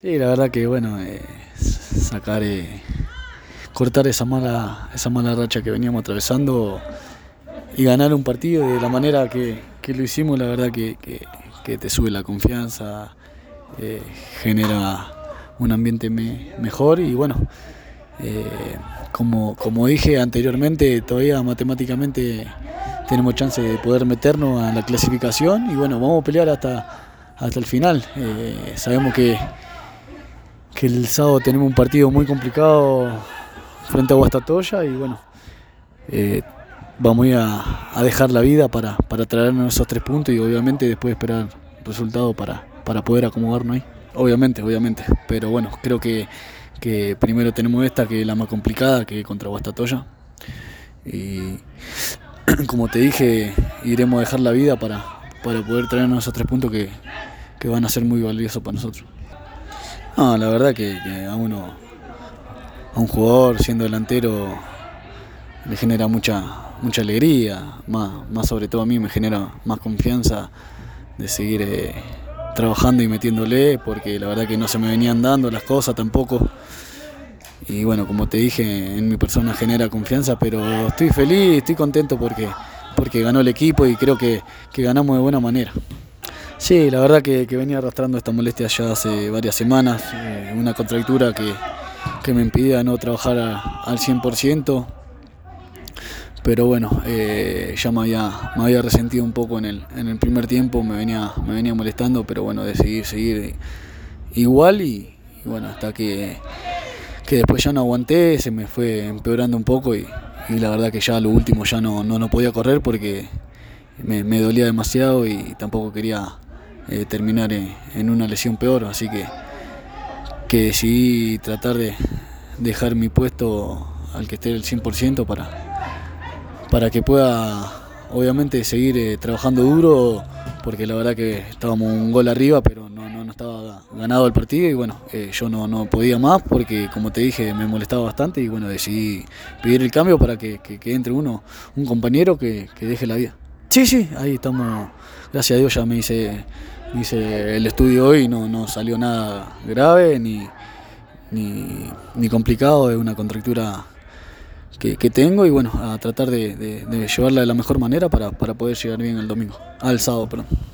Sí, la verdad que bueno, sacar, cortar esa mala racha que veníamos atravesando y ganar un partido de la manera que lo hicimos, la verdad que te sube la confianza, eh, genera un ambiente mejor y bueno, como dije anteriormente, todavía matemáticamente tenemos chance de poder meternos a la clasificación y bueno, vamos a pelear hasta el final. Sabemos que el sábado tenemos un partido muy complicado frente a Guastatoya y bueno, vamos a ir a dejar la vida para traernos esos 3 puntos y obviamente después esperar resultados para poder acomodarnos ahí. Obviamente, pero bueno, creo que primero tenemos esta que es la más complicada, que es contra Guastatoya. Y como te dije, iremos a dejar la vida para poder traernos esos 3 puntos que van a ser muy valiosos para nosotros. No, la verdad que a un jugador siendo delantero le genera mucha alegría, más sobre todo a mí me genera más confianza de seguir trabajando y metiéndole, porque la verdad que no se me venían dando las cosas tampoco. Y bueno, como te dije, en mi persona genera confianza, pero estoy feliz, estoy contento porque ganó el equipo y creo que ganamos de buena manera. Sí, la verdad que venía arrastrando esta molestia ya hace varias semanas, una contractura que me impedía no trabajar al 100%, pero bueno, ya me había resentido un poco en el primer tiempo, me venía molestando, pero bueno, decidí seguir igual y bueno, hasta que después ya no aguanté, se me fue empeorando un poco y la verdad que ya a lo último ya no podía correr porque me dolía demasiado y tampoco quería terminar en una lesión peor, así que decidí tratar de dejar mi puesto al que esté el 100% para que pueda obviamente seguir trabajando duro, porque la verdad que estábamos un gol arriba, pero no estaba ganado el partido y bueno, yo no podía más porque como te dije me molestaba bastante y bueno, decidí pedir el cambio para que entre un compañero que deje la vida. Sí, ahí estamos, gracias a Dios ya me hice el estudio hoy y no salió nada grave ni complicado, es una contractura que tengo y bueno, a tratar de llevarla de la mejor manera para poder llegar bien el domingo, al sábado, perdón.